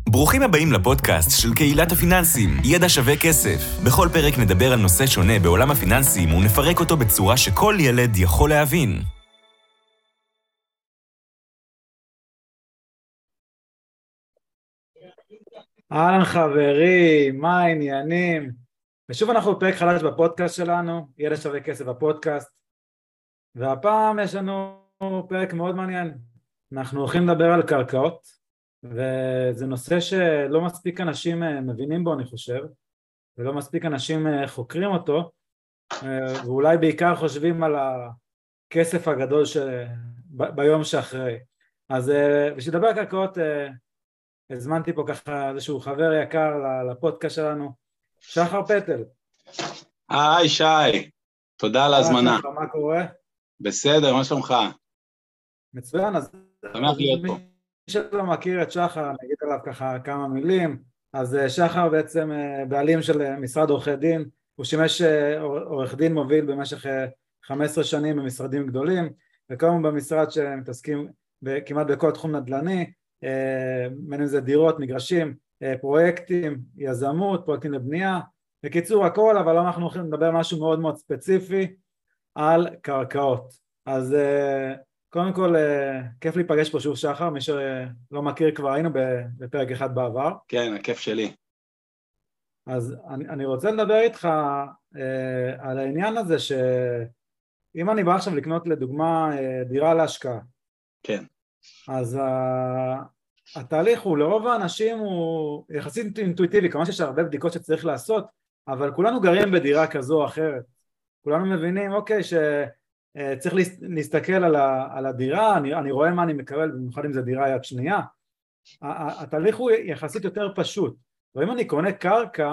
ברוכים הבאים לפודקאסט של קהילת הפיננסים, ידע שווה כסף. בכל פרק נדבר על נושא שונה בעולם הפיננסים ונפרק אותו בצורה שכל ילד יכול להבין. אהלן חברים, מה העניינים? ושוב אנחנו בפרק חדש בפודקאסט שלנו, ידע שווה כסף בפודקאסט. והפעם יש לנו פרק מאוד מעניין. אנחנו הולכים לדבר על קרקעות, וזה נושא שלא מספיק אנשים מבינים בו, אני חושב, ולא מספיק אנשים חוקרים אותו, ואולי בעיקר חושבים על הכסף הגדול ביום שאחרי. אז בשביל לדבר על קרקעות, הזמנתי פה ככה איזשהו חבר יקר לפודקאסט שלנו, שחר פטל. היי שי, תודה על ההזמנה. מה קורה? בסדר, מה שלומך? מצוין, אז מי שלא מכיר את שחר, אני אגיד עליו ככה כמה מילים. אז שחר בעצם בעלים של משרד עורכי דין, הוא שימש עורך דין מוביל במשך 15 שנים במשרדים גדולים, וכמובן במשרד שמתעסקים כמעט בכל תחום נדל"ני, בין אם זה דירות, מגרשים, פרויקטים, יזמות, פרויקטים לבנייה, בקיצור הכל, אבל אנחנו הולכים לדבר משהו מאוד מאוד ספציפי על קרקעות. אז קודם כל כיף להיפגש פה שוב שחר, מי שלא מכיר כבר היינו בפרק אחד בעבר. כן, הכיף שלי. אז אני רוצה לדבר איתך על העניין הזה שאם אני בא עכשיו לקנות לדוגמה דירה להשקעה, כן. אז התהליך הוא לרוב האנשים הוא יחסית אינטואיטיבי, כמובן שיש הרבה בדיקות שצריך לעשות, אבל כולנו גרים בדירה כזו או אחרת, כולנו מבינים אוקיי שצריך להסתכל על הדירה, אני רואה מה אני מקבל, במיוחד אם זה דירה יד שנייה, התהליך הוא יחסית יותר פשוט, ואם אני קונה קרקע,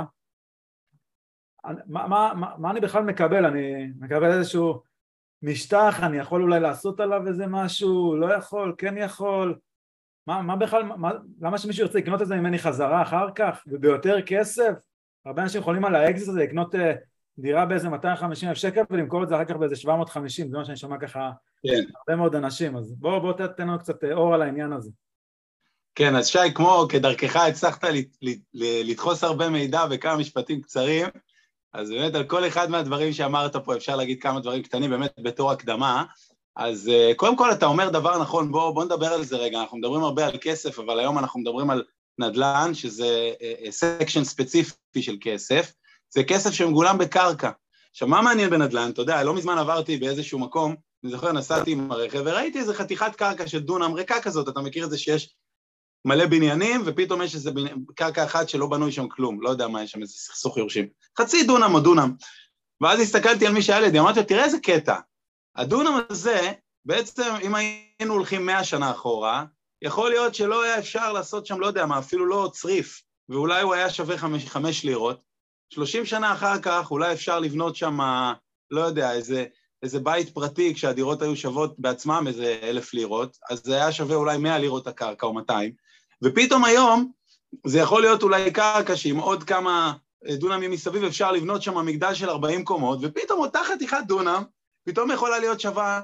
מה אני בכלל מקבל? אני מקבל איזשהו משטח, אני יכול אולי לעשות עליו איזה משהו, לא יכול, כן יכול, מה בכלל, למה שמישהו ירצה לקנות את זה ממני חזרה אחר כך, וביותר כסף? הרבה אנשים יכולים על האקזיט הזה לקנות דירה באיזה 250,000 שקל, ולמכור את זה אחר כך באיזה 750, זה מה שאני שומע ככה, כן. הרבה מאוד אנשים, אז בוא תתן לנו קצת אור על העניין הזה. כן, אז שי, כמו כדרכך הצלחת לדחוס הרבה מידע בכמה משפטים קצרים, אז באמת על כל אחד מהדברים שאמרת פה אפשר להגיד כמה דברים קטנים באמת בתור הקדמה. אז קודם כל אתה אומר דבר נכון, בוא נדבר על זה רגע, אנחנו מדברים הרבה על כסף, אבל היום אנחנו מדברים על נדל"ן, שזה סקשן ספציפי של כסף, זה כסף שמגולם בקרקע. עכשיו מה מעניין בנדל"ן? אתה יודע, לא מזמן עברתי באיזשהו מקום, אני זוכר נסעתי עם הרכב וראיתי איזה חתיכת קרקע של דונם ריקה כזאת, אתה מכיר את זה שיש מלא בניינים, ופתאום יש איזה קרקע אחת שלא בנוי שם כלום, לא יודע מה יש שם, איזה סכסוך יורשים, חצי דונם או דונם, ואז הסתכלתי על מי שהיה לידי, אמרתי, תראה איזה קטע, הדונם הזה, בעצם אם היינו הולכים 100 שנה אחורה, יכול להיות שלא היה אפשר לעשות שם, לא יודע מה, אפילו לא צריף, ואולי הוא היה שווה 5 לירות, 30 שנה אחר כך אולי אפשר לבנות שם, לא יודע, איזה בית פרטי, כשהדירות היו שוות בעצמם איזה 1,000 לירות, אז זה היה שווה אולי 100 לירות הקרקע או 200, ופתאום היום זה יכול להיות אולי קרקע שעם עוד כמה דונמים מסביב אפשר לבנות שם מגדל של 40 קומות, ופתאום אותה חתיכת דונם, פתאום יכולה להיות שווה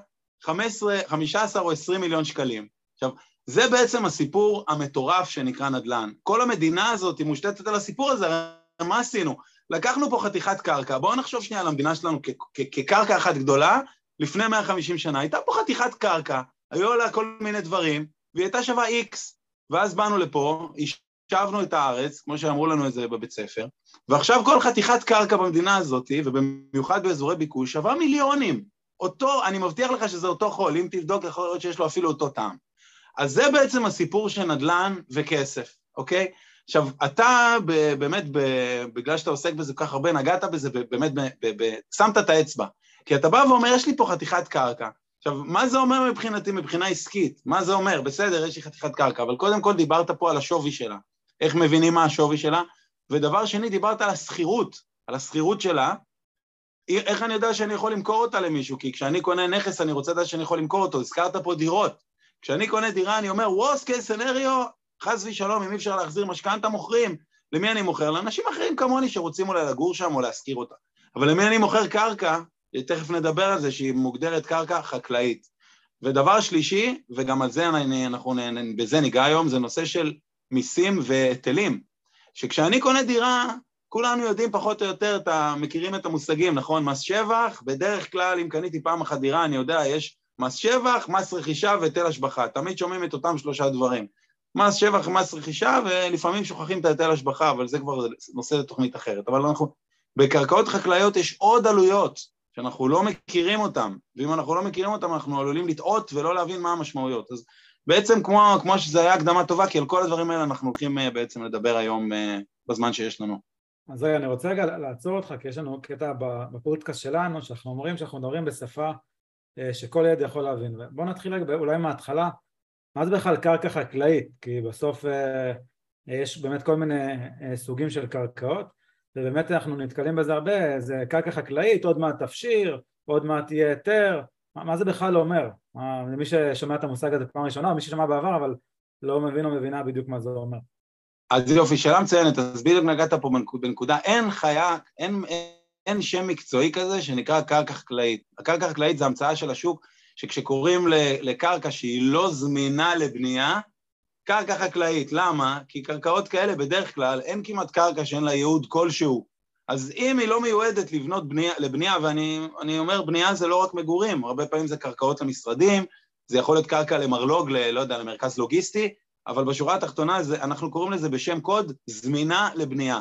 15 או 20 מיליון שקלים. עכשיו, זה בעצם הסיפור המטורף שנקרא נדל"ן. כל המדינה הזאת היא מושתתת על הסיפור הזה, מה עשינו? לקחנו פה חתיכת קרקע, בואו נחשוב שנייה על המדינה שלנו כקרקע אחת גדולה, לפני 150 שנה, הייתה פה חתיכת קרקע, היו עליה כל מיני דברים, והיא הייתה שווה X, ואז באנו לפה, השבנו את הארץ, כמו שאמרו לנו את זה בבית ספר, ועכשיו כל חתיכת קרקע במדינה הזאת, ובמיוחד באזורי ביקוש, שווה מיליונים. אני מבטיח לך שזה אותו חול, אם תבדוק יכול להיות שיש לו אפילו אותו טעם. אז זה בעצם הסיפור של נדל"ן וכסף, אוקיי? עכשיו, אתה באמת, בגלל שאתה עוסק בזה כל כך הרבה, נגעת בזה, באמת, שמת את האצבע. כי אתה בא ואומר, יש לי פה חתיכת קרקע. עכשיו, מה זה אומר מבחינתי, מבחינה עסקית? מה זה אומר? בסדר, יש לי חתיכת קרקע, אבל קודם כל דיברת פה על השווי שלה. איך מבינים מה השווי שלה? ודבר שני, דיברת על הסחירות שלה. איך אני יודע שאני יכול למכור אותה למישהו? כי כשאני קונה נכס, אני רוצה לדעת שאני יכול למכור אותו. הזכרת פה דירות. כשאני קונה דירה, אני אומר, worst case scenario, חס ושלום, אם אי אפשר להחזיר משכנתא מוכרים, למי אני מוכר? לאנשים אחרים כמוני שרוצים אולי לגור שם או להשכיר אותה. אבל למי אני מוכר קרקע? תכף נדבר על זה שהיא מוגדרת קרקע חקלאית. ודבר שלישי, וגם על זה בזה ניגע היום, זה נושא של מיסים והיטלים, שכשאני קונה דירה, כולנו יודעים פחות או יותר, מכירים את המושגים, נכון? מס שבח, בדרך כלל אם קניתי פעם אחת דירה, אני יודע, יש מס שבח, מס רכישה והיטל השבחה, תמיד שומעים את אותם 3 דברים. מס שבח, מס רכישה, ולפעמים שוכחים את היטל השבחה, אבל זה כבר נושא לתוכנית אחרת. אבל בקרקעות חקלאיות יש עוד עלויות, שאנחנו לא מכירים אותם, ואם אנחנו לא מכירים אותם, אנחנו עלולים לטעות ולא להבין מה המשמעויות. אז בעצם כמו שזה היה הקדמה טובה, כי על כל הדברים האלה אנחנו הולכים בעצם לדבר היום בזמן שיש לנו. אז רגע, אני רוצה רגע לעצור אותך, כי יש לנו קטע בפודקאסט שלנו, שאנחנו אומרים שאנחנו מדברים בשפה שכל ילד יכול להבין. בואו נתחיל אולי מההתחלה, מה זה בכלל קרקע חקלאית? כי בסוף יש באמת כל מיני סוגים של קרקעות, ובאמת אנחנו נתקלים בזה הרבה, זה קרקע חקלאית, עוד מעט תפשיר, עוד מעט תהיה היתר, מה זה בכלל אומר? למי ששומע את המושג הזה פעם ראשונה, או מי ששמע בעבר, אבל לא מבין או מבינה בדיוק מה זה אומר. אז יופי, שאלה מציינת, אז בדיוק נגעת פה בנקודה, אין שם מקצועי כזה שנקרא קרקע חקלאית. הקרקע חקלאית זה המצאה של השוק, שכשקוראים לקרקע שהיא לא זמינה לבנייה, קרקע חקלאית. למה? כי קרקעות כאלה בדרך כלל אין כמעט קרקע שאין לה ייעוד כלשהו. אז אם היא לא מיועדת לבנייה, ואני אומר בנייה זה לא רק מגורים, הרבה פעמים זה קרקעות למשרדים, זה יכול להיות קרקע למרלוג, לא יודע, למרכז לוגיסטי, אבל בשורה התחתונה אנחנו קוראים לזה בשם קוד זמינה לבנייה.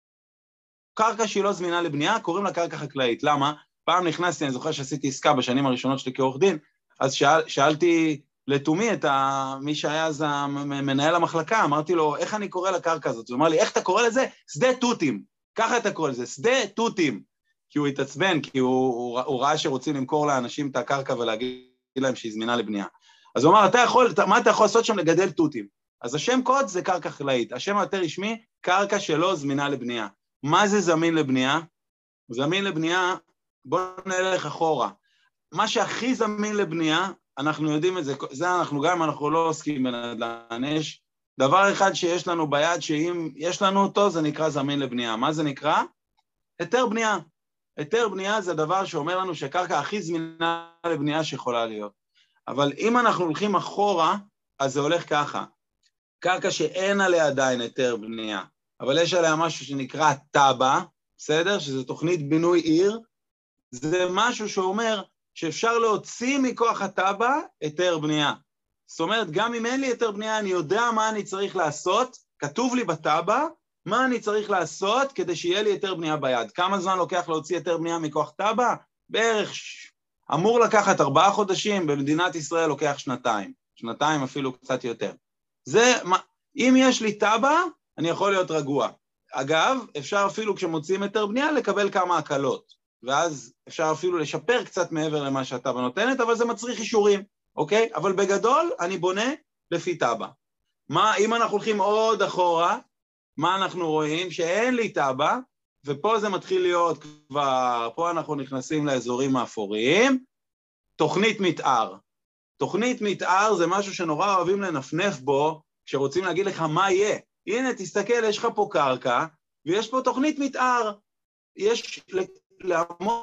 קרקע שהיא לא זמינה לבנייה, קוראים לה קרקע חקלאית. למה? פעם נכנסתי, אני זוכר שעשיתי עסקה בשנים הראשונות שלי כעורך דין, אז שאלתי לתומי את מי שהיה אז מנהל המחלקה, אמרתי לו, איך אני קורא לקרקע הזאת? הוא אמר לי, איך אתה קורא לזה? שדה תותים. ככה אתה קורא לזה, שדה תותים. כי הוא התעצבן, כי הוא ראה שרוצים למכור לאנשים את הקרקע ולהגיד להם שהיא זמינה לבנייה. אז הוא אמר, מה אתה יכול לעשות שם לגדל תותים? אז השם קוד זה קרקע חקלאית, השם היותר רשמי, קרקע שלא זמינה לבנייה. מה זה זמין לבנייה? זמין לבנייה, בואו נלך אחורה. מה שהכי זמין לבנייה, אנחנו יודעים את זה, אנחנו גם אנחנו לא עוסקים בנדל"ן, יש דבר אחד שיש לנו ביד, שאם יש לנו אותו, זה נקרא זמין לבנייה. מה זה נקרא? היתר בנייה. היתר בנייה זה דבר שאומר לנו שהקרקע הכי זמינה לבנייה שיכולה להיות. אבל אם אנחנו הולכים אחורה, אז זה הולך ככה. קרקע שאין עליה עדיין היתר בנייה, אבל יש עליה משהו שנקרא טאבה, בסדר? שזה תוכנית בינוי עיר, זה משהו שאומר שאפשר להוציא מכוח הטאבה היתר בנייה. זאת אומרת, גם אם אין לי היתר בנייה, אני יודע מה אני צריך לעשות, כתוב לי בטאבה, מה אני צריך לעשות כדי שיהיה לי היתר בנייה ביד. כמה זמן לוקח להוציא היתר בנייה מכוח טאבה? בערך אמור לקחת 4 חודשים, במדינת ישראל לוקח 2, 2 אפילו קצת יותר. אם יש לי טאבה, אני יכול להיות רגוע. אגב, אפשר אפילו כשמוצאים היתר בנייה לקבל כמה הקלות, ואז אפשר אפילו לשפר קצת מעבר למה שהטאבה נותנת, אבל זה מצריך אישורים, אוקיי? אבל בגדול אני בונה לפי טאבה. אם אנחנו הולכים עוד אחורה, מה אנחנו רואים? שאין לי טאבה, ופה זה מתחיל להיות כבר, פה אנחנו נכנסים לאזורים האפוריים, תוכנית מתאר. תוכנית מתאר זה משהו שנורא אוהבים לנפנף בו, כשרוצים להגיד לך מה יהיה. הנה, תסתכל, יש לך פה קרקע, ויש פה תוכנית מתאר. יש להמון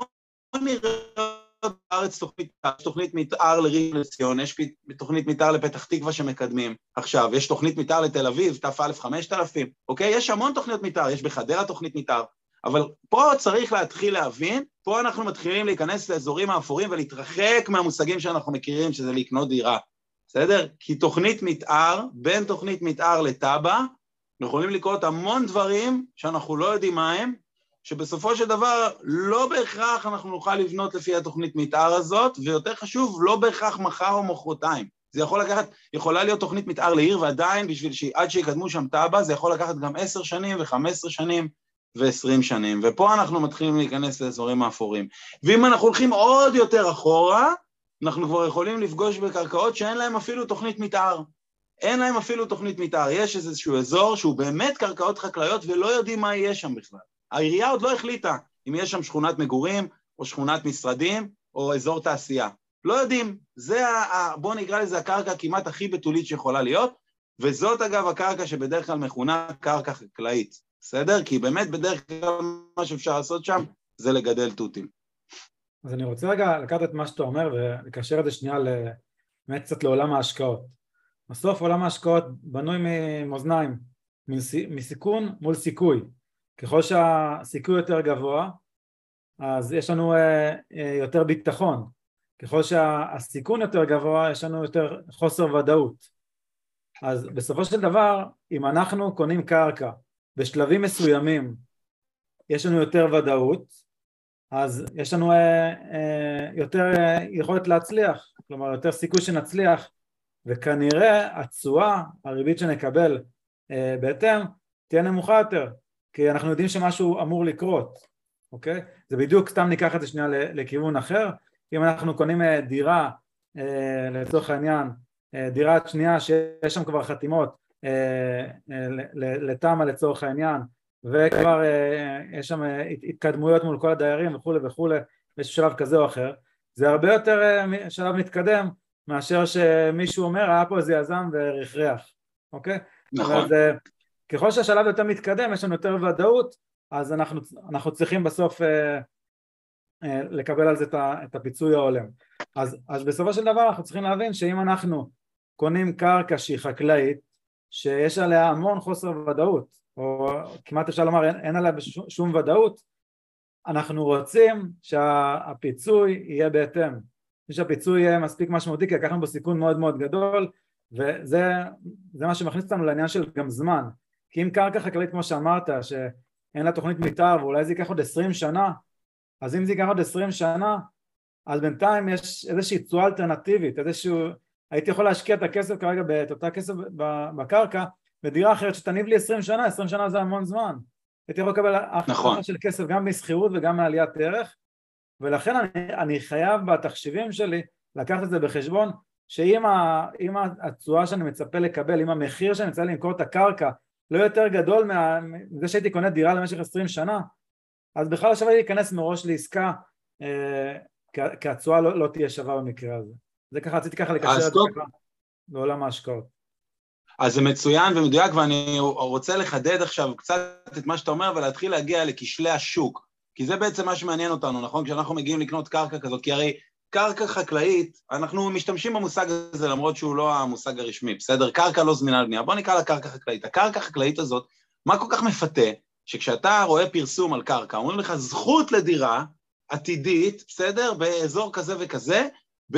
בארץ תוכנית מתאר לראשון לציון, יש תוכנית מתאר לפתח תקווה שמקדמים עכשיו, יש תוכנית מתאר לתל אביב, ת"א 5000, אוקיי? יש המון תוכניות מתאר, יש בחדרה תוכנית מתאר, אבל פה צריך להתחיל להבין, פה אנחנו מתחילים להיכנס לאזורים האפורים ולהתרחק מהמושגים שאנחנו מכירים, שזה לקנות דירה, בסדר? כי תוכנית מתאר, בין תוכנית מתאר לטאבה, יכולים לקרות המון דברים שאנחנו לא יודעים מה הם, שבסופו של דבר לא בהכרח אנחנו נוכל לבנות לפי התוכנית מתאר הזאת, ויותר חשוב, לא בהכרח מחר או מחרתיים. זה יכולה להיות תוכנית מתאר לעיר, ועדיין עד שיקדמו שם טאבה, זה יכול לקחת גם 10 שנים ו15 שנים ו20 שנים, ופה אנחנו מתחילים להיכנס לאזורים האפורים. ואם אנחנו הולכים עוד יותר אחורה, אנחנו כבר יכולים לפגוש בקרקעות שאין להם אפילו תוכנית מתאר. אין להם אפילו תוכנית מתאר, יש איזשהו אזור שהוא באמת קרקעות חקלאיות ולא יודעים מה יהיה שם בכלל. העירייה עוד לא החליטה אם יש שם שכונת מגורים או שכונת משרדים או אזור תעשייה. לא יודעים, בוא נקרא לזה הקרקע כמעט הכי בתולית שיכולה להיות, וזאת אגב הקרקע שבדרך כלל מכונה קרקע חקלאית, בסדר? כי באמת בדרך כלל מה שאפשר לעשות שם זה לגדל תותים. אז אני רוצה רגע לקחת את מה שאתה אומר ולקשר את זה שנייה באמת קצת לעולם ההשקעות. בסוף עולם ההשקעות בנוי ממאזניים, מסיכון מול סיכוי. ככל שהסיכוי יותר גבוה, אז יש לנו יותר ביטחון. ככל שהסיכון יותר גבוה, יש לנו יותר חוסר ודאות. אז בסופו של דבר, אם אנחנו קונים קרקע בשלבים מסוימים, יש לנו יותר ודאות, אז יש לנו יותר יכולת להצליח, כלומר יותר סיכוי שנצליח, וכנראה התשואה, הריבית שנקבל בהתאם, תהיה נמוכה יותר, כי אנחנו יודעים שמשהו אמור לקרות, אוקיי? זה בדיוק, סתם ניקח את זה שנייה לכיוון אחר, אם אנחנו קונים דירה, לצורך העניין, דירת שנייה שיש שם כבר חתימות לתמה לצורך העניין, וכבר יש שם התקדמויות מול כל הדיירים וכו' וכו', יש שלב כזה או אחר, זה הרבה יותר שלב מתקדם מאשר שמישהו אומר, היה פה איזה יזם ורכרח, אוקיי? נכון. אז ככל שהשלב יותר מתקדם, יש לנו יותר ודאות, אז אנחנו צריכים בסוף לקבל על זה את הפיצוי ההולם. אז בסופו של דבר אנחנו צריכים להבין שאם אנחנו קונים קרקע שהיא חקלאית, שיש עליה המון חוסר ודאות, או כמעט אפשר לומר אין עליה שום ודאות, אנחנו רוצים שהפיצוי יהיה בהתאם, שהפיצוי יהיה מספיק משמעותי, כי לקחנו בו סיכון מאוד מאוד גדול, וזה מה שמכניס אותנו לעניין של גם זמן, כי אם קרקע חקלאית כמו שאמרת, שאין לה תוכנית מתאר, ואולי זה ייקח עוד 20 שנה, אז אם זה ייקח עוד 20 שנה, אז בינתיים יש איזושהי תשואה אלטרנטיבית, הייתי יכול להשקיע את הכסף כרגע, את אותה כסף בקרקע, בדירה אחרת שתניב לי 20 שנה, 20 שנה זה המון זמן, הייתי יכול לקבל החלטה של כסף גם מסחירות וגם מעליית ערך, ולכן אני חייב בתחשיבים שלי לקחת את זה בחשבון, שאם התשואה שאני מצפה לקבל, אם המחיר שאני מצפה למכור את הקרקע, לא יותר גדול מזה שהייתי קונה דירה למשך 20 שנה, אז בכלל שווה להיכנס מראש לעסקה, כי התשואה לא תהיה שווה במקרה הזה. זה ככה, רציתי ככה לקשר את זה ככה בעולם ההשקעות. אז זה מצוין ומדויק, ואני רוצה לחדד עכשיו קצת את מה שאתה אומר, ולהתחיל להגיע לכשלי השוק, כי זה בעצם מה שמעניין אותנו, נכון? כשאנחנו מגיעים לקנות קרקע כזאת, כי הרי קרקע חקלאית, אנחנו משתמשים במושג הזה, למרות שהוא לא המושג הרשמי, בסדר? קרקע לא זמינה לבנייה, בוא נקרא לה קרקע חקלאית. הקרקע החקלאית הזאת, מה כל כך מפתה, שכשאתה רואה פרסום על קרקע, אומרים לך זכות לדירה עתידית, בסדר? באזור כזה וכזה,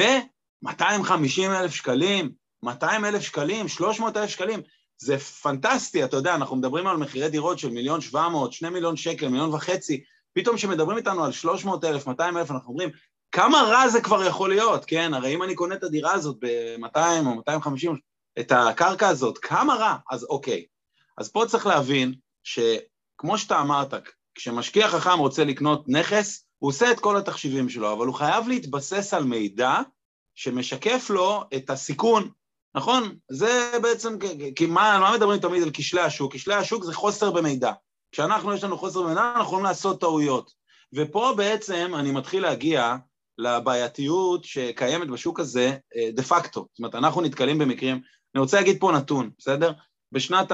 ב-250,000 שקלים, 200,000 שקלים, 300,000 שקלים, זה פנטסטי, אתה יודע, אנחנו מדברים על מחירי דירות של 1,700,000, 2 מיליון שקל, 1.5 מיליון, פתאום שמדברים איתנו על 300,000, 200,000, אנחנו אומרים, כמה רע זה כבר יכול להיות, כן? הרי אם אני קונה את הדירה הזאת ב-200 או 250, את הקרקע הזאת, כמה רע? אז אוקיי. אז פה צריך להבין שכמו שאתה אמרת, כשמשקיע חכם רוצה לקנות נכס, הוא עושה את כל התחשיבים שלו, אבל הוא חייב להתבסס על מידע שמשקף לו את הסיכון, נכון? זה בעצם, כי מה מדברים תמיד על כשלי השוק? כשלי השוק זה חוסר במידע. כשאנחנו יש לנו חוסר במידע, אנחנו יכולים לעשות טעויות. ופה בעצם אני מתחיל להגיע לבעייתיות שקיימת בשוק הזה דה פקטו. זאת אומרת, אנחנו נתקלים במקרים, אני רוצה להגיד פה נתון, בסדר? בשנת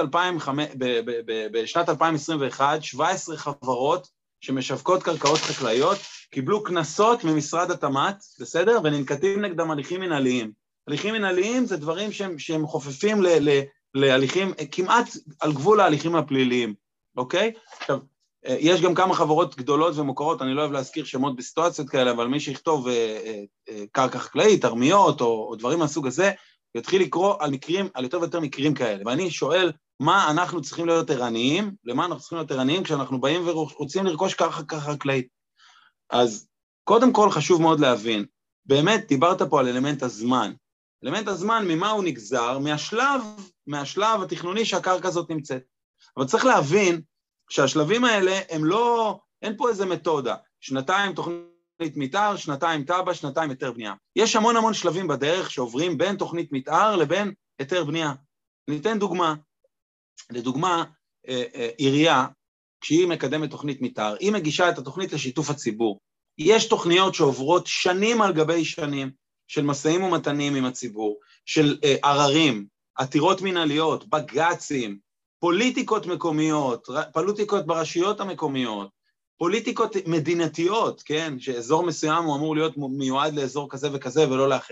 2021, 17 חברות שמשווקות קרקעות חקלאיות, קיבלו כנסות ממשרד התמ"ת, בסדר? וננקטים נגדם הליכים מנהליים. הליכים מנהליים זה דברים שהם חופפים להליכים, כמעט על גבול ההליכים הפליליים, אוקיי? עכשיו, יש גם כמה חברות גדולות ומוכרות, אני לא אוהב להזכיר שמות בסיטואציות כאלה, אבל מי שיכתוב קרקע חקלאית, ארמיות או דברים מהסוג הזה, יתחיל לקרוא על מקרים, על יותר ויותר מקרים כאלה. ואני שואל, מה אנחנו צריכים להיות ערניים? למה אנחנו צריכים להיות ערניים כשאנחנו באים ורוצים לרכוש קרקע חקלאית? אז קודם כל חשוב מאוד להבין, באמת דיברת פה על אלמנט הזמן. אלמנט הזמן, ממה הוא נגזר? מהשלב התכנוני שהקרקע הזאת נמצאת. אבל צריך להבין שהשלבים האלה הם לא, אין פה איזה מתודה. 2 תוכנית מתאר, 2 טבע, 2 היתר בנייה. יש המון שלבים בדרך שעוברים בין תוכנית מתאר לבין היתר בנייה. ניתן דוגמה. לדוגמה, עירייה, כשהיא מקדמת תוכנית מתאר, היא מגישה את התוכנית לשיתוף הציבור. יש תוכניות שעוברות שנים על גבי שנים, של מסעים ומתנים עם הציבור, של עררים, עתירות מנהליות, בג"צים, פוליטיקות מקומיות, פוליטיקות ברשויות המקומיות, פוליטיקות מדינתיות, כן, שאזור מסוים הוא אמור להיות מיועד לאזור כזה וכזה ולא לאחר.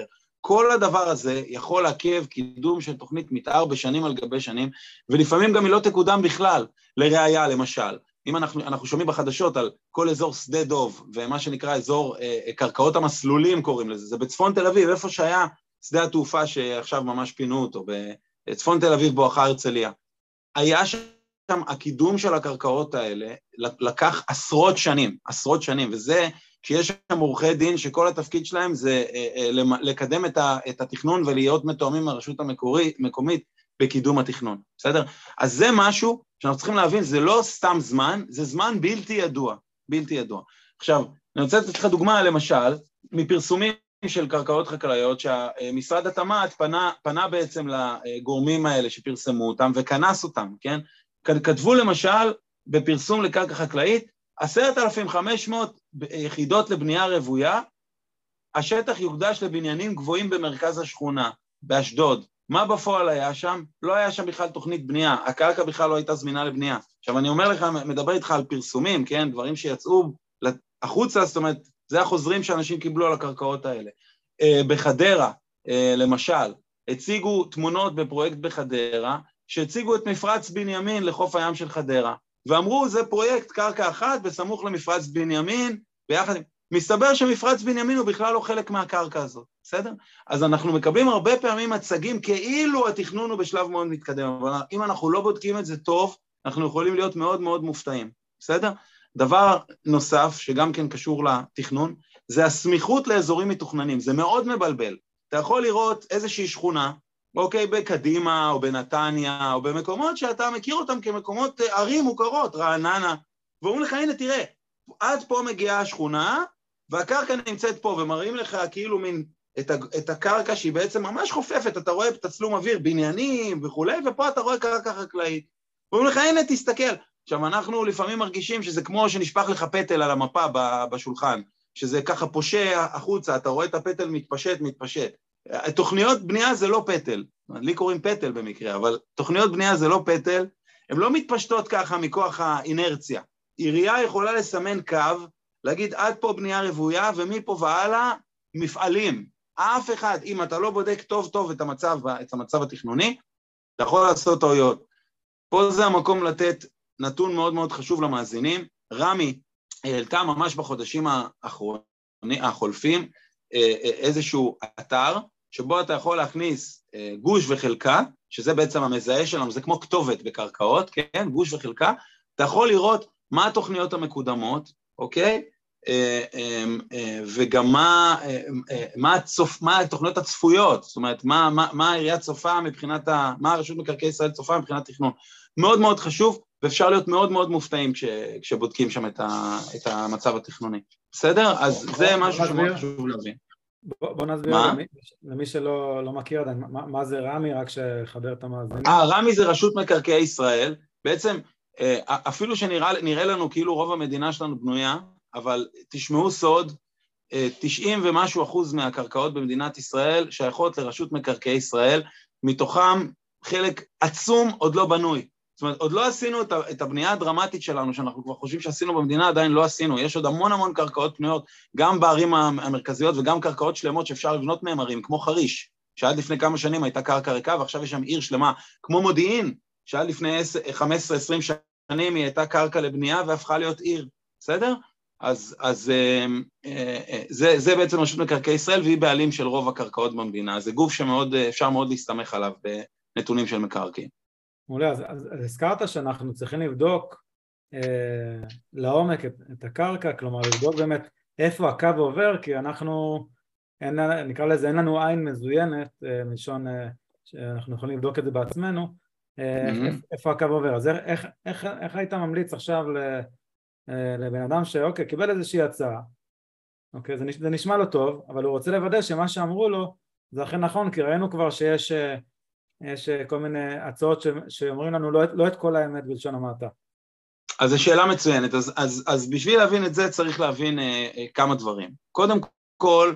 כל הדבר הזה יכול לעכב קידום של תוכנית מתאר בשנים על גבי שנים, ולפעמים גם היא לא תקודם בכלל, לראיה למשל. אם אנחנו שומעים בחדשות על כל אזור שדה דוב, ומה שנקרא אזור קרקעות המסלולים קוראים לזה, זה בצפון תל אביב, איפה שהיה שדה התעופה שעכשיו ממש פינו אותו, בצפון תל אביב בואכה הרצליה. היה שם הקידום של הקרקעות האלה, לקח עשרות שנים, וזה שיש שם עורכי דין שכל התפקיד שלהם זה לקדם את התכנון ולהיות מתואמים מהרשות המקומית בקידום התכנון, בסדר? אז זה משהו שאנחנו צריכים להבין, זה לא סתם זמן, זה זמן בלתי ידוע. עכשיו, אני רוצה לתת לך דוגמה, למשל, מפרסומים של קרקעות חקלאיות, שהמשרד התמ"ת פנה בעצם לגורמים האלה שפרסמו אותם וכנס אותם, כן? כתבו למשל בפרסום לקרקע חקלאית, 10,500 יחידות לבנייה רוויה, השטח יוקדש לבניינים גבוהים במרכז השכונה, באשדוד. מה בפועל היה שם? לא היה שם בכלל תוכנית בנייה, הקרקע בכלל לא הייתה זמינה לבנייה. עכשיו אני אומר לך, מדבר איתך על פרסומים, כן? דברים שיצאו החוצה, זאת אומרת, זה החוזרים שאנשים קיבלו על הקרקעות האלה. בחדרה, למשל, הציגו תמונות בפרויקט בחדרה, שהציגו את מפרץ בנימין לחוף הים של חדרה, ואמרו, זה פרויקט קרקע אחת בסמוך למפרץ בנימין, ביחד, מסתבר שמפרץ בנימין הוא בכלל לא חלק מהקרקע הזאת, בסדר? אז אנחנו מקבלים הרבה פעמים מצגים כאילו התכנון הוא בשלב מאוד מתקדם, אבל אם אנחנו לא בודקים את זה טוב, אנחנו יכולים להיות מאוד מאוד מופתעים, בסדר? דבר נוסף שגם כן קשור לתכנון, זה הסמיכות לאזורים מתוכננים, זה מאוד מבלבל. אתה יכול לראות איזושהי שכונה, אוקיי, בקדימה או בנתניה או במקומות שאתה מכיר אותם כמקומות ערים מוכרות, רעננה, ואומרים לך, הנה תראה, עד פה מגיעה השכונה, והקרקע נמצאת פה, ומראים לך כאילו מין את הקרקע שהיא בעצם ממש חופפת, אתה רואה תצלום אוויר, בניינים וכו', ופה אתה רואה קרקע חקלאית. ואומרים לך, הנה תסתכל. עכשיו, אנחנו לפעמים מרגישים שזה כמו שנשפך לך פטל על המפה בשולחן, שזה ככה פושע החוצה, אתה רואה את הפטל מתפשט. תוכניות בנייה זה לא פטל, לי קוראים פטל במקרה, אבל תוכניות בנייה זה לא פטל, הן לא מתפשטות ככה מכוח האינרציה. עירייה יכולה לסמן קו, להגיד עד פה בנייה רוויה, ומפה והלאה מפעלים. אף אחד, אם אתה לא בודק טוב טוב את המצב התכנוני, אתה יכול לעשות טעויות. פה זה המקום לתת נתון מאוד מאוד חשוב למאזינים. רמי העלתה ממש בחודשים החולפים איזשהו אתר, שבו אתה יכול להכניס גוש וחלקה, שזה בעצם המזהה שלנו, זה כמו כתובת בקרקעות, כן? גוש וחלקה, אתה יכול לראות מה התוכניות המקודמות, אוקיי? וגם מה התוכניות הצפויות, זאת אומרת, מה העירייה צופה מבחינת, מה הרשות מקרקעי ישראל צופה מבחינת תכנון. מאוד מאוד חשוב, ואפשר להיות מאוד מאוד מופתעים כשבודקים שם את המצב התכנוני. בסדר? אז זה משהו שמאוד חשוב להבין. בוא נסביר למי שלא מכיר עדיין, מה זה רמי, רק שחבר את המאזינים. רמי זה רשות מקרקעי ישראל, בעצם אפילו שנראה לנו כאילו רוב המדינה שלנו בנויה, אבל תשמעו סוד, 90 ומשהו אחוז מהקרקעות במדינת ישראל שייכות לרשות מקרקעי ישראל, מתוכם חלק עצום עוד לא בנוי. זאת אומרת, עוד לא עשינו את הבנייה הדרמטית שלנו, שאנחנו כבר חושבים שעשינו במדינה, עדיין לא עשינו. יש עוד המון קרקעות פנויות, גם בערים המרכזיות וגם קרקעות שלמות שאפשר לבנות מהם ערים, כמו חריש, שעד לפני כמה שנים הייתה קרקע ריקה, ועכשיו יש שם עיר שלמה, כמו מודיעין, שעד לפני 15-20 שנים היא הייתה קרקע לבנייה והפכה להיות עיר, בסדר? אז זה בעצם רשות מקרקעי ישראל, והיא בעלים של רוב הקרקעות במדינה. זה גוף שאפשר מאוד להסתמך עליו בנתונים של מקרקעין. מעולה, אז הזכרת שאנחנו צריכים לבדוק לעומק את הקרקע, כלומר לבדוק באמת איפה הקו עובר, כי אנחנו, נקרא לזה, אין לנו עין מזוינת, מלשון שאנחנו יכולים לבדוק את זה בעצמנו, איפה הקו עובר. אז איך היית ממליץ עכשיו לבן אדם שאוקיי, קיבל איזושהי הצעה, אוקיי, זה נשמע לו טוב, אבל הוא רוצה לוודא שמה שאמרו לו זה אכן נכון, כי ראינו כבר שיש כל מיני הצעות שאומרים לנו לא את כל האמת בלשון המעטה. אז זו שאלה מצוינת, אז בשביל להבין את זה צריך להבין כמה דברים. קודם כל,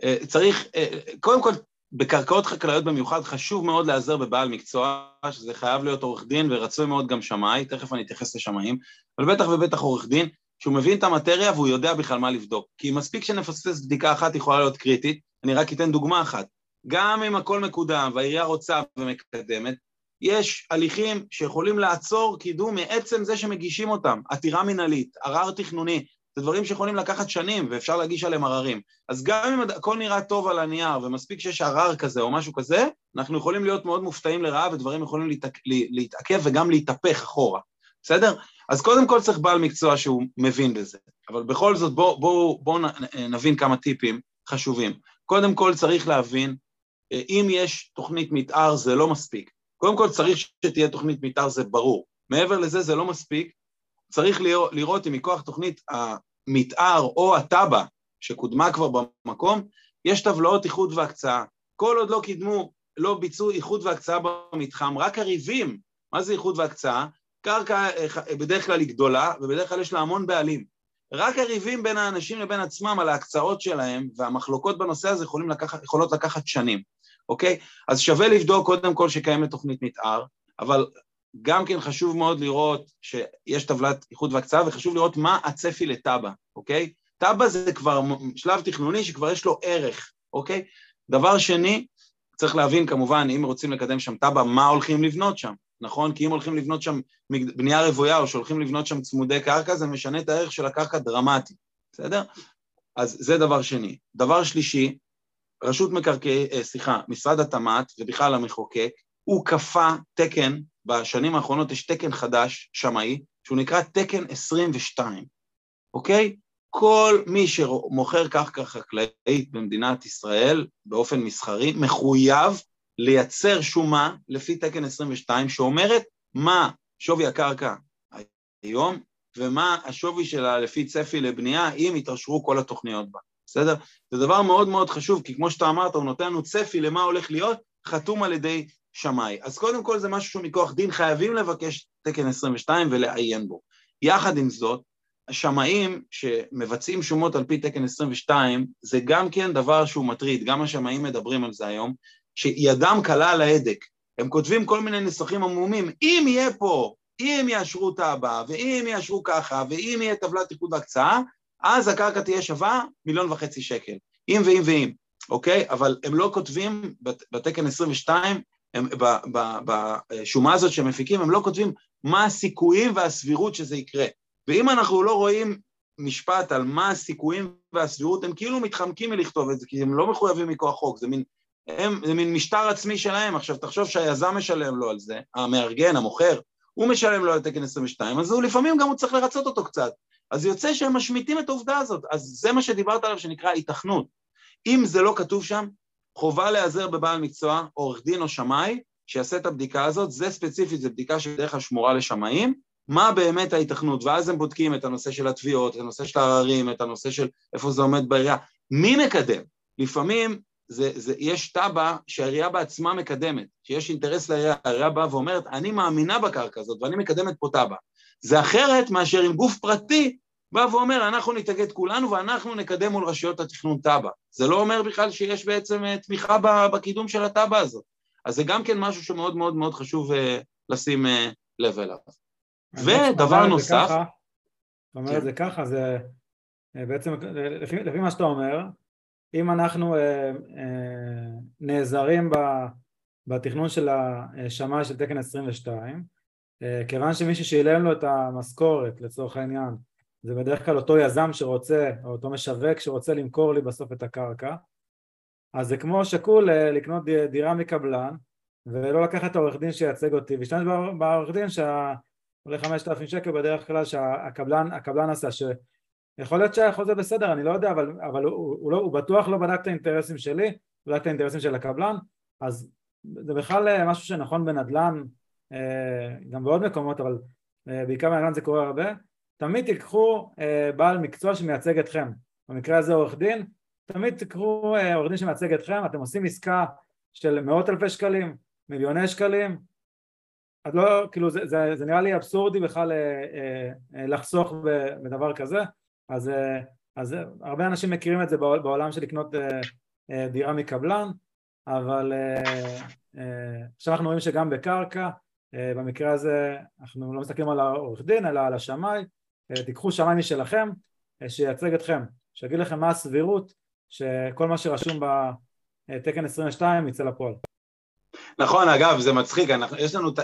בקרקעות חקלאיות במיוחד חשוב מאוד להיעזר בבעל מקצוע, שזה חייב להיות עורך דין ורצוי מאוד גם שמאי, תכף אני אתייחס לשמאים, אבל בטח ובטח עורך דין, שהוא מבין את המטריה והוא יודע בכלל מה לבדוק, כי מספיק שנפספס בדיקה אחת יכולה להיות קריטית, אני רק אתן דוגמה אחת, גם אם הכל מקודם והעירייה רוצה ומקדמת, יש הליכים שיכולים לעצור קידום מעצם זה שמגישים אותם, עתירה מנהלית, ערר תכנוני, זה דברים שיכולים לקחת שנים ואפשר להגיש עליהם עררים. אז גם אם הכל נראה טוב על הנייר ומספיק שיש ערר כזה או משהו כזה, אנחנו יכולים להיות מאוד מופתעים לרעה ודברים יכולים להתעכב וגם להתהפך אחורה. בסדר? אז קודם כל צריך בעל מקצוע שהוא מבין בזה. אבל בכל זאת בואו נבין כמה טיפים חשובים. קודם כל צריך להבין, אם יש תוכנית מתאר זה לא מספיק. קודם כל צריך שתהיה תוכנית מתאר, זה ברור. מעבר לזה זה לא מספיק. צריך לראות אם מכוח תוכנית המתאר או הטבע שקודמה כבר במקום, יש טבלאות איחוד והקצאה. כל עוד לא קידמו, לא ביצעו איחוד והקצאה במתחם, רק הריבים. מה זה איחוד והקצאה? קרקע בדרך כלל היא גדולה, ובדרך כלל יש לה המון בעלים. רק הריבים בין האנשים לבין עצמם על ההקצאות שלהם, והמחלוקות בנושא הזה יכולות לקחת שנים. אוקיי? אז שווה לבדוק קודם כל שקיימת תוכנית מתאר, אבל גם כן חשוב מאוד לראות שיש טבלת איחוד והקצאה, וחשוב לראות מה הצפי לטבע, אוקיי? טבע זה כבר שלב תכנוני שכבר יש לו ערך, אוקיי? דבר שני, צריך להבין כמובן, אם רוצים לקדם שם טבע, מה הולכים לבנות שם, נכון? כי אם הולכים לבנות שם בנייה רוויה, או שהולכים לבנות שם צמודי קרקע, זה משנה את הערך של הקרקע דרמטי, בסדר? אז זה דבר שני. דבר שלישי, משרד התמ"ת, ובכלל המחוקק, הוא כפה תקן, בשנים האחרונות יש תקן חדש, שמאי, שהוא נקרא תקן 22, אוקיי? כל מי שמוכר קרקע חקלאית במדינת ישראל, באופן מסחרי, מחויב לייצר שומה לפי תקן 22, שאומרת מה שווי הקרקע היום, ומה השווי שלה לפי צפי לבנייה, אם יתאשרו כל התוכניות בה. בסדר? זה דבר מאוד מאוד חשוב, כי כמו שאתה אמרת, הוא נותן לנו צפי למה הולך להיות, חתום על ידי שמאי. אז קודם כל זה משהו מכוח דין, חייבים לבקש תקן 22 ולעיין בו. יחד עם זאת, השמאים שמבצעים שומות על פי תקן 22, זה גם כן דבר שהוא מטריד, גם השמאים מדברים על זה היום, שידם קלה על ההדק. הם כותבים כל מיני נסחים עמומים, אם יהיה פה, אם יאשרו טאבע, ואם יאשרו ככה, ואם יהיה טבלת איחוד והקצאה, אז הקרקע תהיה שווה 1.5 מיליון שקל. אם ואם ואם, אוקיי? אבל הם לא כותבים בתקן 22, בשומה הזאת שהם מפיקים, הם לא כותבים מה הסיכויים והסבירות שזה יקרה. ואם אנחנו לא רואים משפט על מה הסיכויים והסבירות, הם כאילו מתחמקים מלכתוב את זה, כי הם לא מחויבים מכוח חוק, זה מין משטר עצמי שלהם. עכשיו תחשוב שהיזם משלם לו על זה, המארגן, המוכר, הוא משלם לו על תקן 22, אז הוא לפעמים גם הוא צריך לרצות אותו קצת. אז יוצא שהם משמיטים את העובדה הזאת, אז זה מה שדיברת עליו שנקרא התכנות. אם זה לא כתוב שם, חובה להיעזר בבעל מקצוע, עורך דין או שמאי, שיעשה את הבדיקה הזאת, זה ספציפית, זה בדיקה שבדרך כלל שמורה לשמאים, מה באמת ההתכנות, ואז הם בודקים את הנושא של התביעות, את הנושא של העררים, את הנושא של איפה זה עומד בעירייה, מי מקדם? לפעמים יש טאבע שהעירייה בעצמה מקדמת, שיש אינטרס לעירייה, העירייה באה ואומרת, אני מאמינה בקרקע הזאת, ואני מקדמת פה טאבע. זה אחרת מאשר עם גוף פרטי, בא ואומר, אנחנו נתאגד כולנו, ואנחנו נקדם מול רשויות התכנון טאבע. זה לא אומר בכלל שיש בעצם תמיכה בקידום של הטאבע הזאת. אז זה גם כן משהו שמאוד מאוד מאוד חשוב לשים לב אליו. ודבר נוסף... אתה אומר את זה ככה, זה בעצם, לפי מה שאתה אומר, אם אנחנו נעזרים בתכנון של השמאי של תקן 22, כיוון שמישהו שילם לו את המשכורת לצורך העניין, זה בדרך כלל אותו יזם שרוצה, או אותו משווק שרוצה למכור לי בסוף את הקרקע, אז זה כמו שקול לקנות דירה מקבלן, ולא לקחת את העורך דין שייצג אותי, והשתמש בעורך דין שעולה 5,000 שקל בדרך כלל שהקבלן עשה, שיכול להיות שהחוזה זה בסדר, אני לא יודע, אבל הוא בטוח לא בדק את האינטרסים שלי, בדק את האינטרסים של הקבלן, אז זה בכלל משהו שנכון בנדל"ן, גם בעוד מקומות, אבל בעיקר בנדל"ן זה קורה הרבה, תמיד תיקחו בעל מקצוע שמייצג אתכם, במקרה הזה עורך דין, תמיד תקחו עורך דין שמייצג אתכם, אתם עושים עסקה של מאות אלפי שקלים, מיליוני שקלים, אז לא, כאילו זה נראה לי אבסורדי בכלל לחסוך בדבר כזה, אז הרבה אנשים מכירים את זה בעולם של לקנות דירה מקבלן, אבל עכשיו אנחנו רואים שגם בקרקע, במקרה הזה אנחנו לא מסתכלים על העורך דין אלא על השמאי, תיקחו שמאי משלכם שייצג אתכם, שיגיד לכם מה הסבירות שכל מה שרשום תקן 22 יצא לפועל. נכון, אגב, זה מצחיק, יש לנו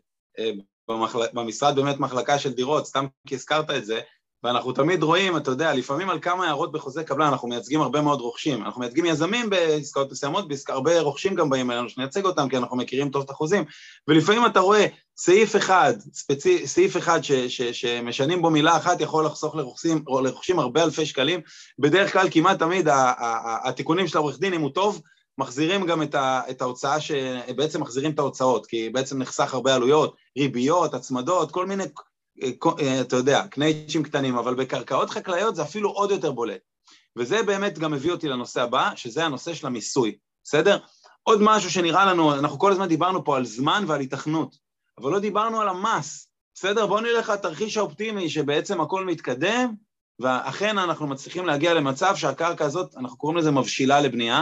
במשרד באמת מחלקה של דירות, סתם כי הזכרת את זה, ואנחנו תמיד רואים, אתה יודע, לפעמים על כמה הערות בחוזה קבלן, אנחנו מייצגים הרבה מאוד רוכשים, אנחנו מייצגים יזמים בעסקאות מסוימות, הרבה רוכשים גם באים אלינו שנייצג אותם, כי אנחנו מכירים טוב את החוזים, ולפעמים אתה רואה סעיף אחד שמשנים בו מילה אחת, יכול לחסוך לרוכשים הרבה אלפי שקלים, בדרך כלל כמעט תמיד התיקונים של העורך דין, אם הוא טוב, מחזירים גם את ההוצאה, בעצם מחזירים את ההוצאות, כי בעצם נחסך הרבה עלויות, ריביות, הצמדות, כל מיני, אתה יודע, קנייצ'ים קטנים, אבל בקרקעות חקלאיות זה אפילו עוד יותר בולט. וזה באמת גם מביא אותי לנושא הבא, שזה הנושא של המיסוי, בסדר? עוד משהו שנראה לנו, אנחנו כל הזמן דיברנו פה על זמן ועל התכנות, אבל לא דיברנו על המס, בסדר? בואו נלך לתרחיש האופטימי, שבעצם הכל מתקדם, ואכן אנחנו מצליחים להגיע למצב שהקרקע הזאת, אנחנו קוראים לזה מבשילה לבנייה,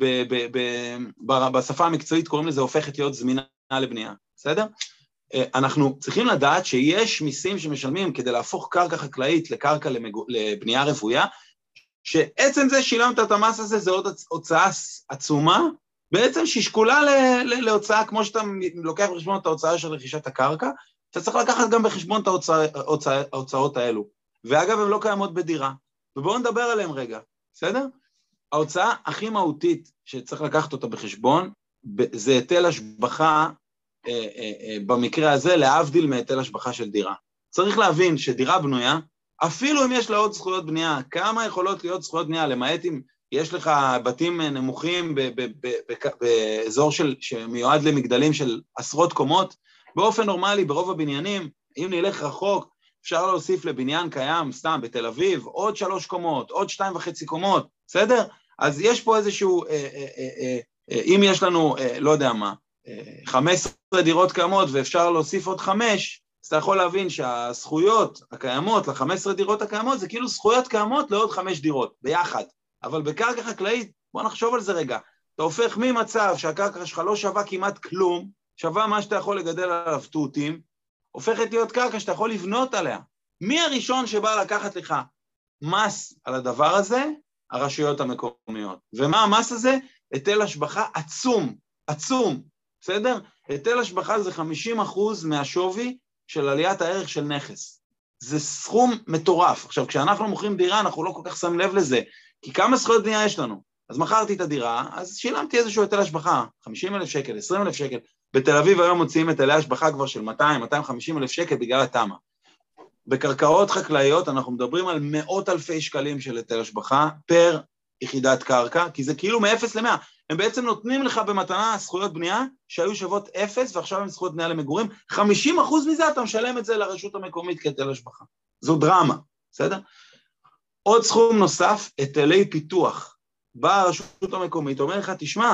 בשפה המקצועית קוראים לזה הופכת להיות זמינה לבנייה, בסדר? אנחנו צריכים לדעת שיש מיסים שמשלמים כדי להפוך קרקע חקלאית לקרקע לבנייה רוויה, שעצם זה שילמת את המס הזה, זה עוד הוצאה עצומה, בעצם ששקולה להוצאה, כמו שאתה לוקח בחשבון את ההוצאה של רכישת הקרקע, אתה צריך לקחת גם בחשבון את ההוצאות האלו, ואגב, הן לא קיימות בדירה, ובואו נדבר עליהן רגע, בסדר? ההוצאה הכי מהותית שצריך לקחת אותה בחשבון, זה היטל השבחה, במקרה הזה, להבדיל מהיטל השבחה של דירה. צריך להבין שדירה בנויה, אפילו אם יש לה עוד זכויות בנייה, כמה יכולות להיות זכויות בנייה, למעט אם יש לך בתים נמוכים באזור שמיועד למגדלים של עשרות קומות, באופן נורמלי, ברוב הבניינים, אם נלך רחוק, אפשר להוסיף לבניין קיים, סתם בתל אביב, עוד 3 קומות, עוד 2.5 קומות, בסדר? אז יש פה איזשהו, אם יש לנו, לא יודע מה, 15 דירות קיימות ואפשר להוסיף עוד 5, אז אתה יכול להבין שהזכויות הקיימות ל-15 דירות הקיימות, זה כאילו זכויות קיימות לעוד 5 דירות, ביחד. אבל בקרקע חקלאית, בוא נחשוב על זה רגע, אתה הופך ממצב שהקרקע שלך לא שווה כמעט כלום, שווה מה שאתה יכול לגדל עליו תותים, הופכת להיות קרקע שאתה יכול לבנות עליה. מי הראשון שבא לקחת לך מס על הדבר הזה? הרשויות המקומיות. ומה המס הזה? היטל השבחה עצום, עצום, בסדר? היטל השבחה זה 50% מהשווי של עליית הערך של נכס. זה סכום מטורף. עכשיו, כשאנחנו מוכרים דירה, אנחנו לא כל כך שמים לב לזה, כי כמה זכויות בנייה יש לנו? אז מכרתי את הדירה, אז שילמתי איזשהו היטל השבחה, 50,000 שקל, 20,000 שקל. בתל אביב היום מוציאים היטלי השבחה כבר של 200,000 שקל בגלל התמ"א. בקרקעות חקלאיות אנחנו מדברים על מאות אלפי שקלים של היטל השבחה פר יחידת קרקע, כי זה כאילו מ-0 ל-100. הם בעצם נותנים לך במתנה זכויות בנייה שהיו שוות 0, ועכשיו הם זכויות בנייה למגורים. 50% מזה אתה משלם את זה לרשות המקומית כהיטל השבחה. זו דרמה, בסדר? עוד סכום נוסף, היטלי פיתוח. באה הרשות המקומית, אומר לך, תשמע,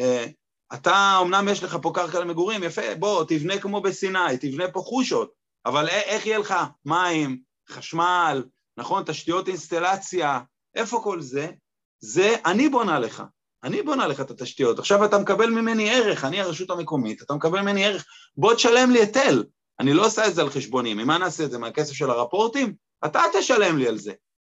אתה אומנם יש לך פה קרקע למגורים, יפה, בוא, תבנה כמו בסיני, תבנה פה חושות, אבל איך יהיה לך מים, חשמל, נכון, תשתיות אינסטלציה, איפה כל זה? זה אני בונה לך, אני בונה לך את התשתיות, עכשיו אתה מקבל ממני ערך, אני הרשות המקומית, אתה מקבל ממני ערך, בוא תשלם לי היטל, אני לא עושה את זה על חשבונים, אם אני אעשה את זה מהכסף של הרפורטים, אתה תשלם לי על זה.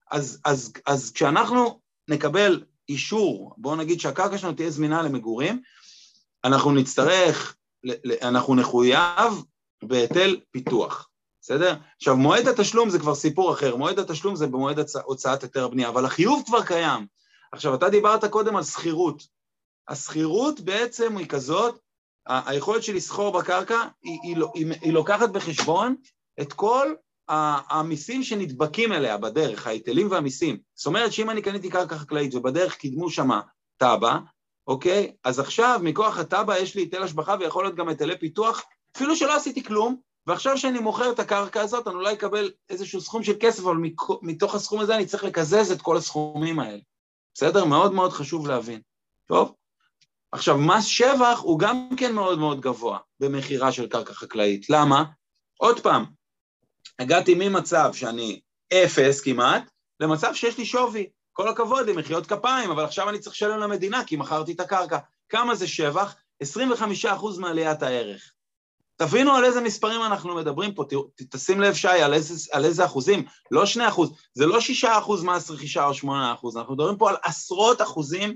אז כשאנחנו נקבל אישור, בואו נגיד שהקרקע שלנו תהיה זמינה למגורים, אנחנו נצטרך, אנחנו נחויב בהיטל פיתוח, בסדר? עכשיו, מועד התשלום זה כבר סיפור אחר, מועד התשלום זה במועד הוצאת היתר הבנייה, אבל החיוב כבר קיים. עכשיו, אתה דיברת קודם על סחירות. הסחירות בעצם היא כזאת, היכולת של לסחור בקרקע, היא לוקחת בחשבון את כל המיסים שנדבקים אליה בדרך, ההיטלים והמיסים. זאת אומרת שאם אני קניתי קרקע חקלאית ובדרך קידמו שמה טאבה, אוקיי? אז עכשיו מכוח הטאבה יש לי היטל השבחה ויכול להיות גם היטלי פיתוח, אפילו שלא עשיתי כלום, ועכשיו שאני מוכר את הקרקע הזאת, אני אולי אקבל איזשהו סכום של כסף, אבל מתוך הסכום הזה אני צריך לקזז את כל הסכומים האלה. בסדר? מאוד מאוד חשוב להבין. טוב? עכשיו, מס שבח הוא גם כן מאוד מאוד גבוה במחירה של קרקע חקלאית. למה? עוד פעם, הגעתי ממצב שאני 0 כמעט, למצב שיש לי שווי. כל הכבוד, עם מחיאות כפיים, אבל עכשיו אני צריך לשלם למדינה, כי מכרתי את הקרקע. כמה זה שבח? 25% מעליית הערך. תבינו על איזה מספרים אנחנו מדברים פה, תשים לב שי, על איזה אחוזים, לא 2%, זה לא 6% מס רכישה או 8%, אנחנו מדברים פה על עשרות אחוזים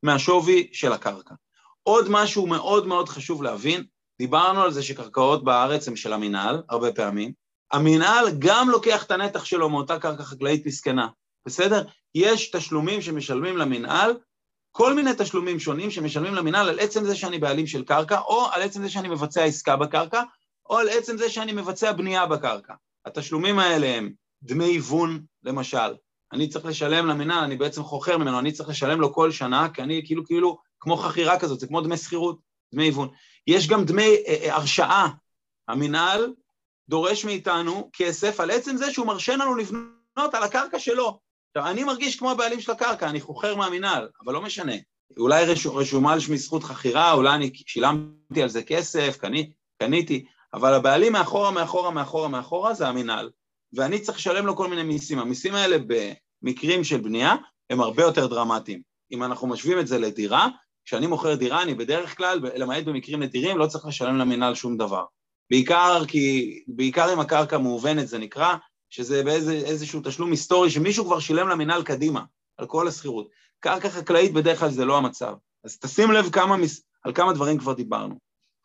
מהשווי של הקרקע. עוד משהו מאוד מאוד חשוב להבין, דיברנו על זה שקרקעות בארץ הם של המינהל, הרבה פעמים, המינהל גם לוקח את הנתח שלו מאותה קרקע חקלאית מסכנה, בסדר? יש תשלומים שמשלמים למינהל, כל מיני תשלומים שונים שמשלמים למינהל על עצם זה שאני בעלים של קרקע, או על עצם זה שאני מבצע עסקה בקרקע, או על עצם זה שאני מבצע בנייה בקרקע. התשלומים האלה הם דמי היוון, למשל. אני צריך לשלם למינהל, אני בעצם חוכר ממנו, אני צריך לשלם לו כל שנה, כי אני כאילו כמו חכירה כזאת, זה כמו דמי שכירות, דמי היוון. יש גם דמי הרשאה. המינהל דורש מאיתנו כסף על עצם זה שהוא מרשה לנו לבנות על הקרקע שלו. עכשיו, אני מרגיש כמו הבעלים של הקרקע, אני חוכר מהמינהל, אבל לא משנה. אולי רשומה על שמי זכות חכירה, אולי אני שילמתי על זה כסף, קניתי, אבל הבעלים מאחורה זה המינהל, ואני צריך לשלם לו כל מיני מיסים. המיסים האלה במקרים של בנייה הם הרבה יותר דרמטיים. אם אנחנו משווים את זה לדירה, כשאני מוכר דירה, אני בדרך כלל, למעט במקרים נדירים, לא צריך לשלם למינהל שום דבר. בעיקר אם הקרקע מאובנת זה נקרא, שזה באיזשהו תשלום היסטורי, שמישהו כבר שילם למינהל קדימה, על כל הסחירות. קרקע חקלאית בדרך כלל זה לא המצב. אז תשים לב על כמה דברים כבר דיברנו.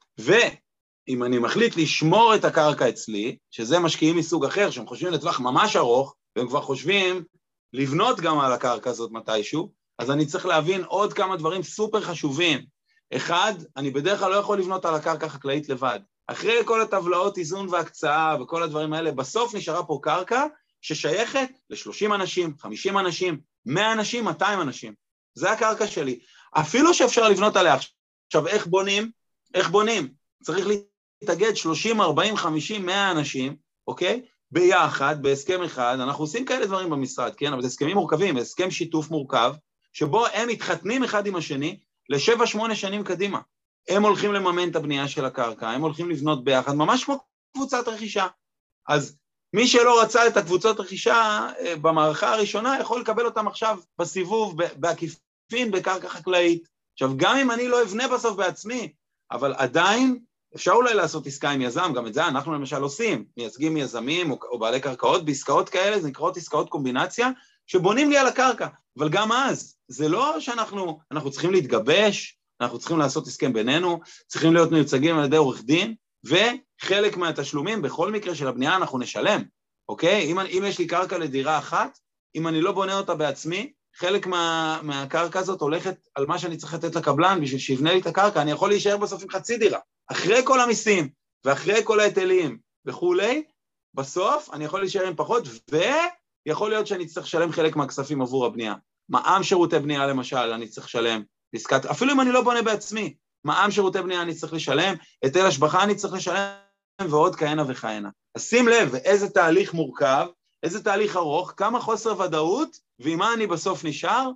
ואם אני מחליט לשמור את הקרקע אצלי, שזה משקיעים מסוג אחר, שהם חושבים לטווח ממש ארוך, והם כבר חושבים לבנות גם על הקרקע הזאת מתישהו, אז אני צריך להבין עוד כמה דברים סופר חשובים. אחד, אני בדרך כלל לא יכול לבנות על הקרקע חקלאית לבד. אחרי כל הטבלאות איזון והקצאה וכל הדברים האלה, בסוף נשארה פה קרקע ששייכת ל-30 אנשים, 50 אנשים, 100 אנשים, 200 אנשים. זה הקרקע שלי. אפילו שאפשר לבנות עליה. עכשיו, איך בונים? צריך להתאגד 30, 40, 50, 100 אנשים, אוקיי? ביחד, בהסכם אחד, אנחנו עושים כאלה דברים במשרד, כן? אבל זה הסכמים מורכבים, הסכם שיתוף מורכב, שבו הם מתחתנים אחד עם השני ל7-8 שנים קדימה. הם הולכים לממן את הבנייה של הקרקע, הם הולכים לבנות ביחד, ממש כמו קבוצת רכישה. אז מי שלא רצה את הקבוצות רכישה במערכה הראשונה, יכול לקבל אותם עכשיו בסיבוב, בעקיפין, בקרקע חקלאית. עכשיו, גם אם אני לא אבנה בסוף בעצמי, אבל עדיין אפשר אולי לעשות עסקה עם יזם, גם את זה אנחנו למשל עושים, מייצגים יזמים או בעלי קרקעות, בעסקאות כאלה, זה נקראות עסקאות קומבינציה, שבונים לי על הקרקע, אבל גם אז, זה לא שאנחנו צריכים להתגבש, אנחנו צריכים לעשות הסכם בינינו, צריכים להיות מיוצגים על ידי עורך דין, וחלק מהתשלומים, בכל מקרה של הבנייה אנחנו נשלם, אוקיי? אם יש לי קרקע לדירה אחת, אם אני לא בונה אותה בעצמי, חלק מהקרקע הזאת הולכת על מה שאני צריך לתת לקבלן, בשביל שיבנה לי את הקרקע, אני יכול להישאר בסוף עם חצי דירה. אחרי כל המיסים, ואחרי כל ההיטלים וכולי, בסוף אני יכול להישאר עם פחות, ויכול להיות שאני צריך לשלם חלק מהכספים עבור הבנייה. מע"מ שירותי בנייה למשל, אני צריך לשלם, אפילו אם אני לא בונה בעצמי, מע"מ שירותי בנייה אני צריך לשלם, היטל השבחה אני צריך לשלם, ועוד כהנה וכהנה. אז שים לב, איזה תהליך מורכב, איזה תהליך ארוך, כמה חוסר ודאות, ועם מה אני בסוף נשאר,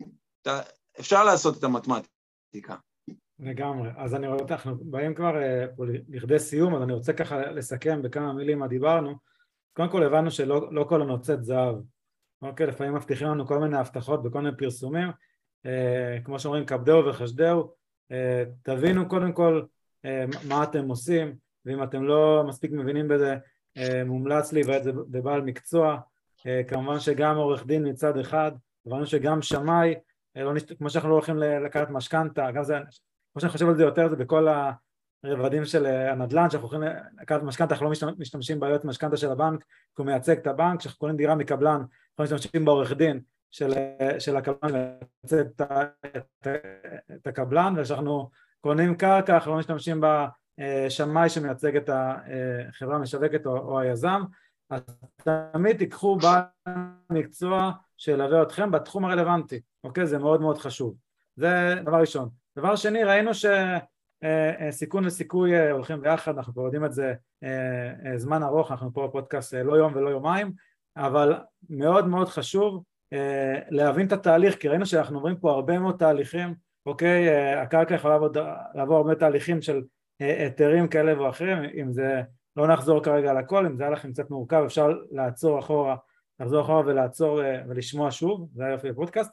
אפשר לעשות את המתמטיקה. לגמרי. אז אני רואה, אנחנו באים כבר לכדי סיום, אז אני רוצה ככה לסכם בכמה מילים מה דיברנו. קודם כל הבנו שלא כל הנוצאת זהב. אוקיי, לפעמים מבטיחים לנו כל מיני הבטחות בכל מיני פרסומים, כמו שאומרים, כבדהו וחשדהו, תבינו קודם כל מה אתם עושים, ואם אתם לא מספיק מבינים בזה, מומלץ להיוועץ בבעל מקצוע, כמובן שגם עורך דין מצד אחד, הבנו שגם שמאי, כמו שאנחנו לא הולכים לקחת משכנתה, גם זה, כמו שאני חושב על זה יותר, זה בכל הרבדים של הנדל"ן, שאנחנו הולכים לקחת משכנתה, אנחנו לא משתמשים ביועץ משכנתה של הבנק, כי הוא מייצג את הבנק, כשאנחנו קונים דירה מקבלן, אנחנו משתמשים בעורך דין של הקבלן, מייצג את הקבלן, וכשאנחנו קונים קרקע, אנחנו לא משתמשים בשמאי שמייצג את החברה המשווקת או היזם, אז תמיד תיקחו בעל מקצוע שילווה אתכם בתחום הרלוונטי, אוקיי? זה מאוד מאוד חשוב. זה דבר ראשון. דבר שני, ראינו שסיכון וסיכוי הולכים ביחד, אנחנו פה יודעים את זה זמן ארוך, אנחנו פה בפודקאסט לא יום ולא יומיים, אבל מאוד מאוד חשוב להבין את התהליך, כי ראינו שאנחנו עוברים פה הרבה מאוד תהליכים, אוקיי? הקרקע יכולה לעבור הרבה תהליכים של היתרים כאלה ואחרים, אם זה לא נחזור כרגע על הכל, אם זה היה לכם קצת מורכב, אפשר לחזור אחורה ולעצור ולשמוע שוב, זה היה יופי בפודקאסט.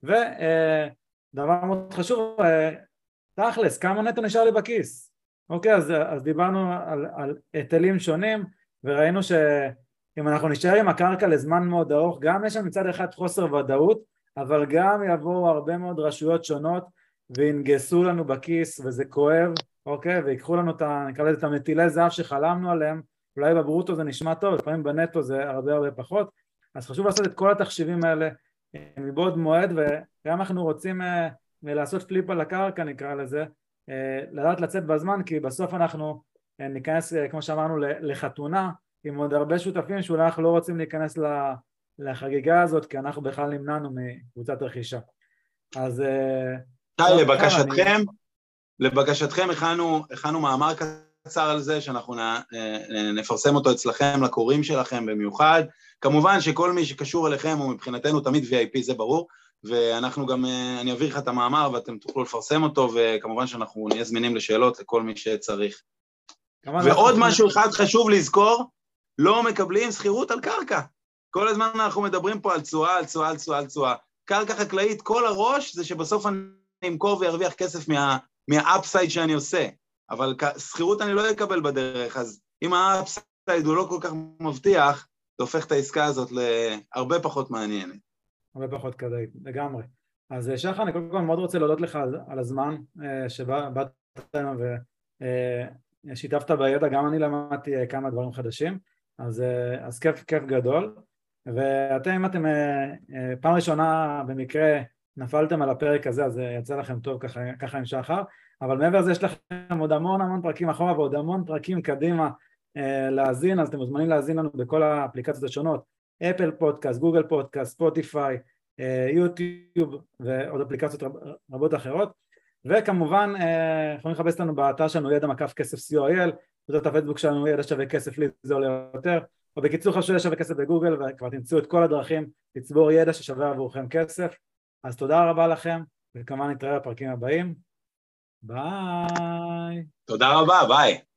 ודבר מאוד חשוב, תכלס, כמה נטו נשאר לי בכיס? אוקיי, אז דיברנו על היטלים שונים, וראינו שאם אנחנו נשאר עם הקרקע לזמן מאוד ארוך, גם יש שם מצד אחד חוסר ודאות, אבל גם יבואו הרבה מאוד רשויות שונות וינגסו לנו בכיס, וזה כואב, אוקיי? ויקחו לנו נקרא לזה את המטילי זהב שחלמנו עליהם, אולי בברוטו זה נשמע טוב, לפעמים בנטו זה הרבה פחות, אז חשוב לעשות את כל התחשיבים האלה מבעוד מועד, וגם אנחנו רוצים לעשות פליפ על הקרקע נקרא לזה, לדעת לצאת בזמן, כי בסוף אנחנו ניכנס כמו שאמרנו לחתונה עם עוד הרבה שותפים שאולי אנחנו לא רוצים להיכנס לחגיגה הזאת, כי אנחנו בכלל נמנענו מקבוצת רכישה. אז לבקשתכם הכנו מאמר קצר על זה, שאנחנו נפרסם אותו אצלכם, לקוראים שלכם במיוחד. כמובן שכל מי שקשור אליכם הוא מבחינתנו תמיד VIP, זה ברור, ואנחנו גם, אני אעביר לך את המאמר ואתם תוכלו לפרסם אותו, וכמובן שאנחנו נהיה זמינים לשאלות לכל מי שצריך. ועוד משהו אחד חשוב לזכור, לא מקבלים שכירות על קרקע. כל הזמן אנחנו מדברים פה על צועה, על צועה, על צועה, על צועה. קרקע חקלאית, כל הראש זה שבסוף אני אמכור וירוויח כסף מהאפסייד שאני עושה. אבל שכירות אני לא אקבל בדרך, אז אם האפסייד הוא לא כל כך מבטיח, זה הופך את העסקה הזאת להרבה פחות מעניינת. הרבה פחות כדאית, לגמרי. אז שחר, אני קודם כל מאוד רוצה להודות לך על הזמן שבאת לנו ושיתפת בידע, גם אני למדתי כמה דברים חדשים, אז כיף גדול. ואתם, אם אתם פעם ראשונה במקרה נפלתם על הפרק הזה, אז יצא לכם טוב ככה עם שחר, אבל מעבר לזה יש לכם עוד המון פרקים אחורה ועוד המון פרקים קדימה להאזין, אז אתם מוזמנים להאזין לנו בכל האפליקציות השונות, אפל פודקאסט, גוגל פודקאסט, ספוטיפיי, יוטיוב ועוד אפליקציות רבות אחרות, וכמובן יכולים לחפש לנו באתר שלנו ידע-כסף.co.il, בקבוצת הפייסבוק שלנו ידע שווה כסף לי זה עולה יותר, או בקיצור חשוב ידע שווה כסף בגוגל, וכבר תמצאו את כל הדרכים לצבור ידע ששווה עבורכם כסף. אז תודה רבה לכם, וכמובן נתראה בפרקים הבאים. ביי. תודה רבה, ביי.